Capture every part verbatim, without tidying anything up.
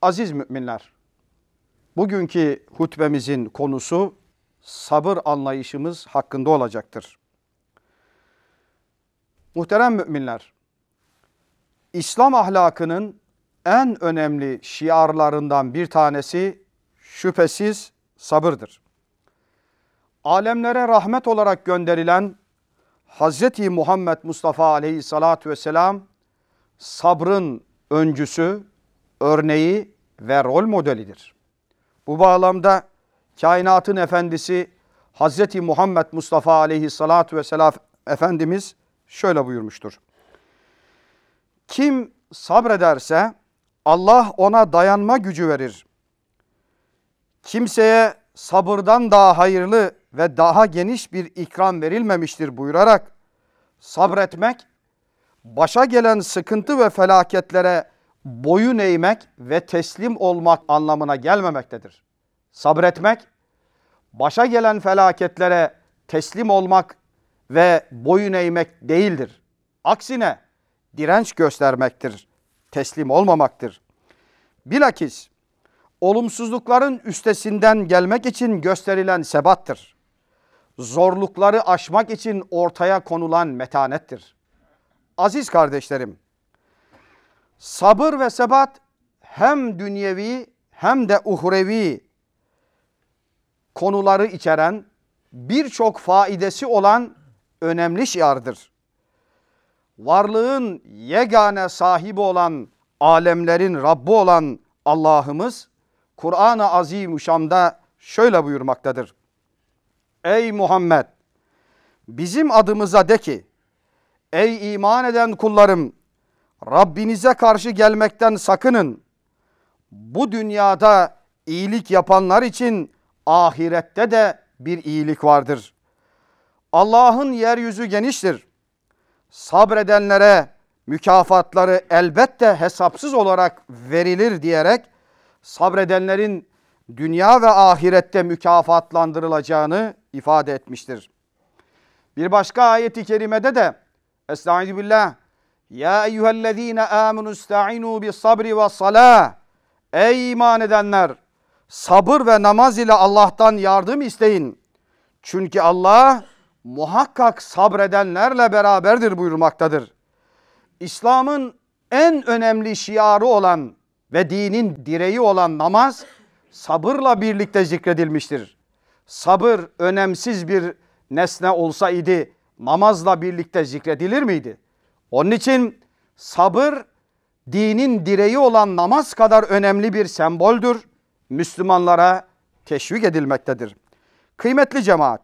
Aziz müminler, bugünkü hutbemizin konusu sabır anlayışımız hakkında olacaktır. Muhterem müminler, İslam ahlakının en önemli şiarlarından bir tanesi şüphesiz sabırdır. Alemlere rahmet olarak gönderilen Hazreti Muhammed Mustafa Aleyhisselatü Vesselam sabrın öncüsü, örneği ve rol modelidir. Bu bağlamda kainatın efendisi Hazreti Muhammed Mustafa Aleyhisselatü Vesselam Efendimiz şöyle buyurmuştur. Kim sabrederse Allah ona dayanma gücü verir. Kimseye sabırdan daha hayırlı ve daha geniş bir ikram verilmemiştir buyurarak sabretmek, başa gelen sıkıntı ve felaketlere boyun eğmek ve teslim olmak anlamına gelmemektedir. Sabretmek, başa gelen felaketlere teslim olmak ve boyun eğmek değildir. Aksine direnç göstermektir, teslim olmamaktır. Bilakis olumsuzlukların üstesinden gelmek için gösterilen sebattır. Zorlukları aşmak için ortaya konulan metanettir. Aziz kardeşlerim, sabır ve sebat hem dünyevi hem de uhrevi konuları içeren birçok faidesi olan önemli şiardır. Varlığın yegane sahibi olan, alemlerin Rabbi olan Allah'ımız Kur'an-ı Azimüşşan'da şöyle buyurmaktadır. Ey Muhammed! Bizim adımıza de ki, ey iman eden kullarım! Rabbinize karşı gelmekten sakının. Bu dünyada iyilik yapanlar için ahirette de bir iyilik vardır. Allah'ın yeryüzü geniştir. Sabredenlere mükafatları elbette hesapsız olarak verilir diyerek sabredenlerin dünya ve ahirette mükafatlandırılacağını ifade etmiştir. Bir başka ayet-i kerimede de Estaizu billah Ya eyyühellezine amenu ista'inu bis sabri ve salah. Ey iman edenler! Sabır ve namaz ile Allah'tan yardım isteyin. Çünkü Allah muhakkak sabredenlerle beraberdir buyurmaktadır. İslam'ın en önemli şiarı olan ve dinin direği olan namaz sabırla birlikte zikredilmiştir. Sabır önemsiz bir nesne olsa idi namazla birlikte zikredilir miydi? Onun için sabır dinin direği olan namaz kadar önemli bir semboldür. Müslümanlara teşvik edilmektedir. Kıymetli cemaat,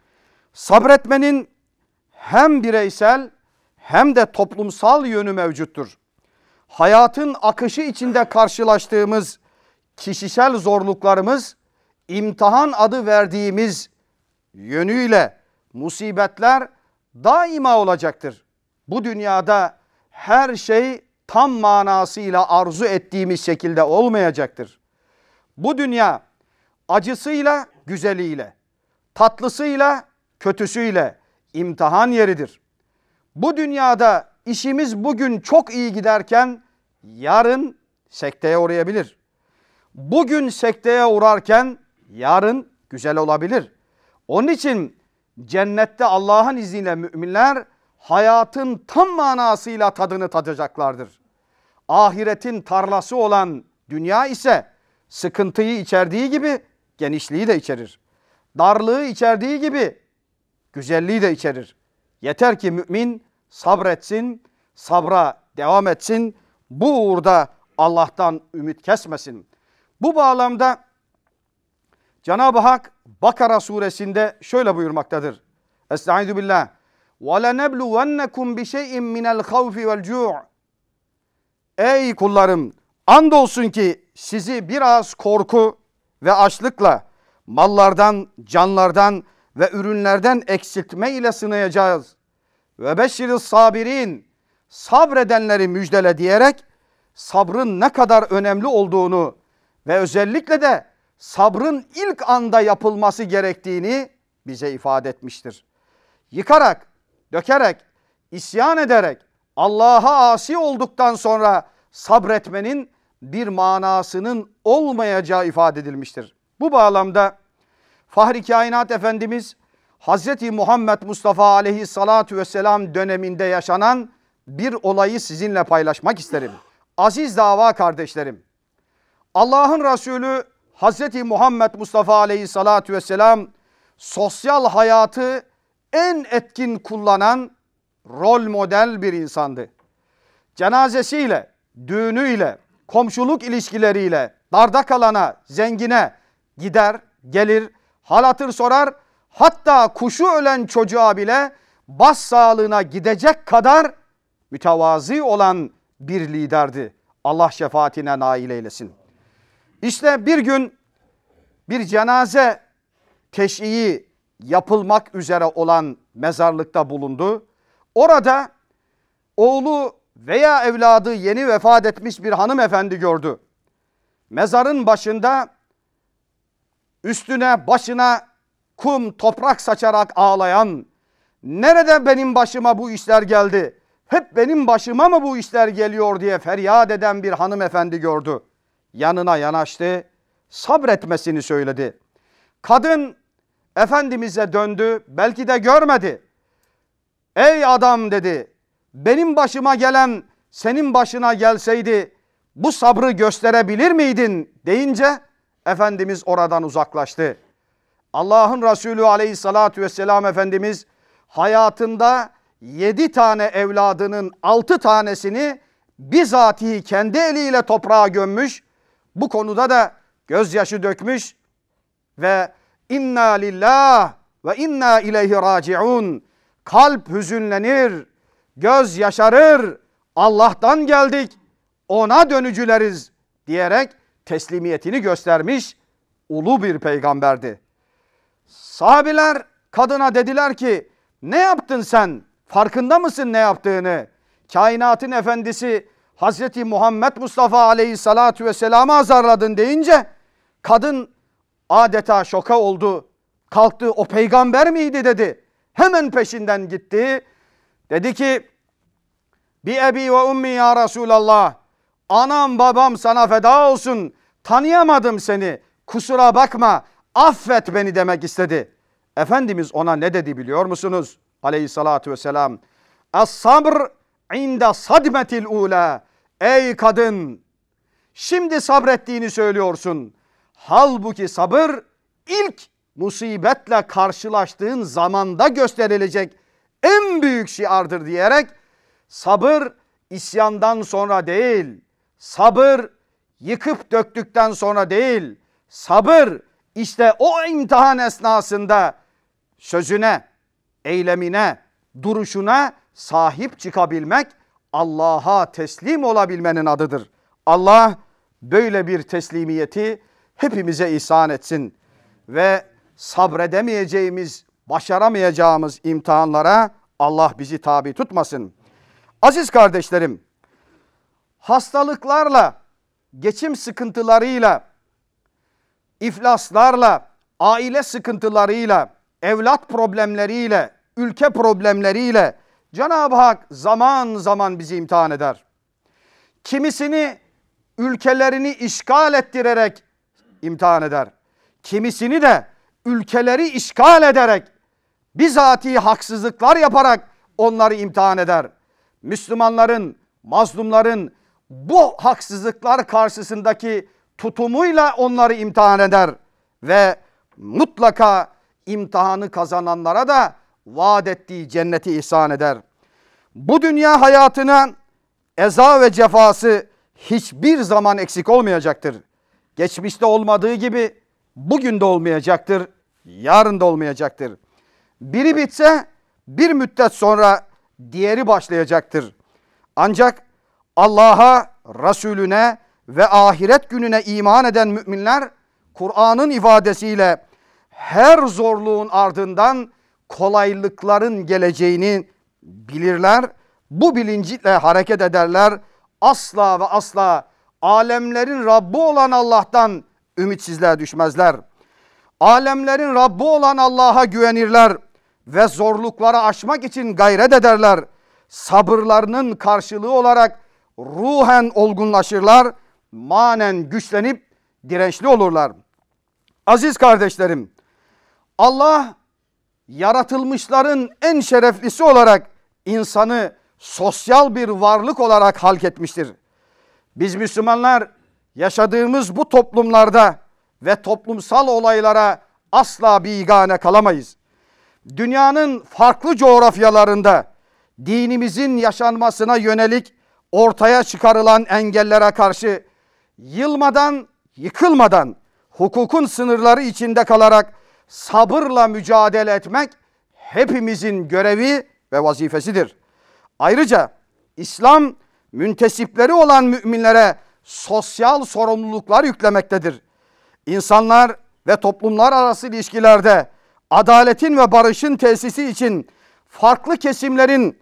sabretmenin hem bireysel hem de toplumsal yönü mevcuttur. Hayatın akışı içinde karşılaştığımız kişisel zorluklarımız, imtihan adı verdiğimiz yönüyle musibetler daima olacaktır. Bu dünyada her şey tam manasıyla arzu ettiğimiz şekilde olmayacaktır. Bu dünya acısıyla, güzeliyle, tatlısıyla, kötüsüyle imtihan yeridir. Bu dünyada işimiz bugün çok iyi giderken yarın sekteye uğrayabilir. Bugün sekteye uğrarken yarın güzel olabilir. Onun için cennette Allah'ın izniyle müminler hayatın tam manasıyla tadını tadacaklardır. Ahiretin tarlası olan dünya ise sıkıntıyı içerdiği gibi genişliği de içerir. Darlığı içerdiği gibi güzelliği de içerir. Yeter ki mümin sabretsin, sabra devam etsin, bu uğurda Allah'tan ümit kesmesin. Bu bağlamda Cenab-ı Hak Bakara suresinde şöyle buyurmaktadır. Estaizu billah. وَلَنَبْلُوَنَّكُمْ بِشَيْءٍ مِنَ الْخَوْفِ وَالْجُوعِ. Ey kullarım! Andolsun ki sizi biraz korku ve açlıkla, mallardan, canlardan ve ürünlerden eksiltme ile sınayacağız. Ve beşşiriz sabirin. Sabredenleri müjdele diyerek sabrın ne kadar önemli olduğunu ve özellikle de sabrın ilk anda yapılması gerektiğini bize ifade etmiştir. Yıkarak, dökerek, isyan ederek, Allah'a asi olduktan sonra sabretmenin bir manasının olmayacağı ifade edilmiştir. Bu bağlamda Fahri Kainat Efendimiz Hazreti Muhammed Mustafa Aleyhissalatu vesselam döneminde yaşanan bir olayı sizinle paylaşmak isterim. Aziz dava kardeşlerim, Allah'ın Resulü Hazreti Muhammed Mustafa Aleyhissalatu vesselam sosyal hayatı en etkin kullanan rol model bir insandı. Cenazesiyle, düğünüyle, komşuluk ilişkileriyle darda kalana, zengine gider, gelir, hal hatır sorar, hatta kuşu ölen çocuğa bile baş sağlığına gidecek kadar mütevazi olan bir liderdi. Allah şefaatine nail eylesin. İşte bir gün bir cenaze teşhiyi yapılmak üzere olan mezarlıkta bulundu. Orada oğlu veya evladı yeni vefat etmiş bir hanımefendi gördü. Mezarın başında üstüne başına kum toprak saçarak ağlayan, nerede benim başıma bu işler geldi, hep benim başıma mı bu işler geliyor diye feryat eden bir hanımefendi gördü. Yanına yanaştı, sabretmesini söyledi. Kadın Efendimiz'e döndü, belki de görmedi. Ey adam dedi, benim başıma gelen senin başına gelseydi bu sabrı gösterebilir miydin deyince Efendimiz oradan uzaklaştı. Allah'ın Resulü Aleyhissalatü vesselam Efendimiz hayatında yedi tane evladının altı tanesini bizatihi kendi eliyle toprağa gömmüş. Bu konuda da gözyaşı dökmüş ve inna lillah ve inna ileyhi raciun. Kalp hüzünlenir, göz yaşarır, Allah'tan geldik, ona dönücüleriz diyerek teslimiyetini göstermiş ulu bir peygamberdi. Sahabiler kadına dediler ki, ne yaptın sen? Farkında mısın ne yaptığını? Kainatın efendisi Hazreti Muhammed Mustafa Aleyhisselatü Vesselam'ı azarladın deyince kadın adeta şoka oldu. Kalktı, o peygamber miydi dedi. Hemen peşinden gitti. Dedi ki, bi ebi ve ummi ya Resulallah. Anam babam sana feda olsun. Tanıyamadım seni. Kusura bakma. Affet beni demek istedi. Efendimiz ona ne dedi biliyor musunuz? Aleyhissalatu vesselam. Es-sabr inde sadmetil ula. Ey kadın, şimdi sabrettiğini söylüyorsun. Halbuki sabır ilk musibetle karşılaştığın zamanda gösterilecek en büyük şiardır diyerek sabır isyandan sonra değil, sabır yıkıp döktükten sonra değil, sabır işte o imtihan esnasında sözüne, eylemine, duruşuna sahip çıkabilmek, Allah'a teslim olabilmenin adıdır. Allah böyle bir teslimiyeti hepimize ihsan etsin ve sabredemeyeceğimiz, başaramayacağımız imtihanlara Allah bizi tabi tutmasın. Aziz kardeşlerim, hastalıklarla, geçim sıkıntılarıyla, iflaslarla, aile sıkıntılarıyla, evlat problemleriyle, ülke problemleriyle Cenab-ı Hak zaman zaman bizi imtihan eder. Kimisini ülkelerini işgal ettirerek imtihan eder. Kimisini de ülkeleri işgal ederek, bizatihi haksızlıklar yaparak onları imtihan eder. Müslümanların, mazlumların bu haksızlıklar karşısındaki tutumuyla onları imtihan eder ve mutlaka imtihanı kazananlara da vaat ettiği cenneti ihsan eder. Bu dünya hayatına eza ve cefası hiçbir zaman eksik olmayacaktır. Geçmişte olmadığı gibi bugün de olmayacaktır, yarın da olmayacaktır. Biri bitse bir müddet sonra diğeri başlayacaktır. Ancak Allah'a, Resulüne ve ahiret gününe iman eden müminler Kur'an'ın ifadesiyle her zorluğun ardından kolaylıkların geleceğini bilirler. Bu bilinçle hareket ederler. Asla ve asla alemlerin Rabbi olan Allah'tan ümitsizliğe düşmezler. Alemlerin Rabbi olan Allah'a güvenirler ve zorlukları aşmak için gayret ederler. Sabırlarının karşılığı olarak ruhen olgunlaşırlar. manen güçlenip dirençli olurlar. Aziz kardeşlerim, Allah yaratılmışların en şereflisi olarak insanı sosyal bir varlık olarak halk etmiştir. Biz Müslümanlar yaşadığımız bu toplumlarda ve toplumsal olaylara asla bigane kalamayız. Dünyanın farklı coğrafyalarında dinimizin yaşanmasına yönelik ortaya çıkarılan engellere karşı yılmadan, yıkılmadan, hukukun sınırları içinde kalarak sabırla mücadele etmek hepimizin görevi ve vazifesidir. Ayrıca İslam müntesipleri olan müminlere sosyal sorumluluklar yüklemektedir. İnsanlar ve toplumlar arası ilişkilerde adaletin ve barışın tesisi için farklı kesimlerin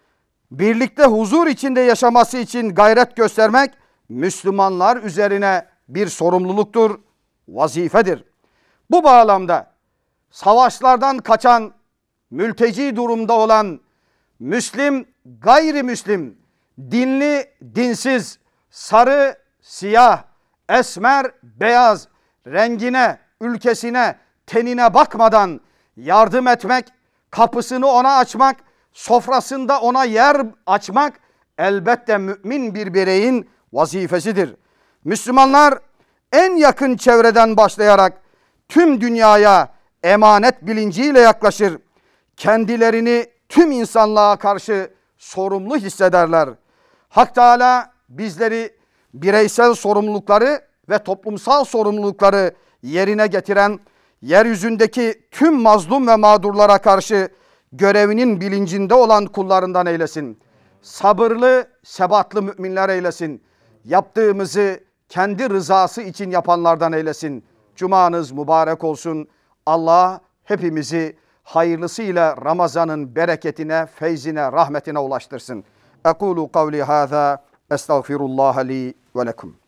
birlikte huzur içinde yaşaması için gayret göstermek Müslümanlar üzerine bir sorumluluktur, vazifedir. Bu bağlamda savaşlardan kaçan, mülteci durumda olan Müslim, gayrimüslim, dinli, dinsiz, sarı, siyah, esmer, beyaz, rengine, ülkesine, tenine bakmadan yardım etmek, kapısını ona açmak, sofrasında ona yer açmak elbette mümin bir bireyin vazifesidir. Müslümanlar en yakın çevreden başlayarak tüm dünyaya emanet bilinciyle yaklaşır. Kendilerini tüm insanlığa karşı sorumlu hissederler. Hak Teala bizleri bireysel sorumlulukları ve toplumsal sorumlulukları yerine getiren, yeryüzündeki tüm mazlum ve mağdurlara karşı görevinin bilincinde olan kullarından eylesin. Sabırlı, sebatlı müminler eylesin. Yaptığımızı kendi rızası için yapanlardan eylesin. Cumanız mübarek olsun. Allah hepimizi hayırlısıyla Ramazan'ın bereketine, feyzine, rahmetine ulaştırsın. Ekulu kavli hâzâ, estağfirullah li ve lekum.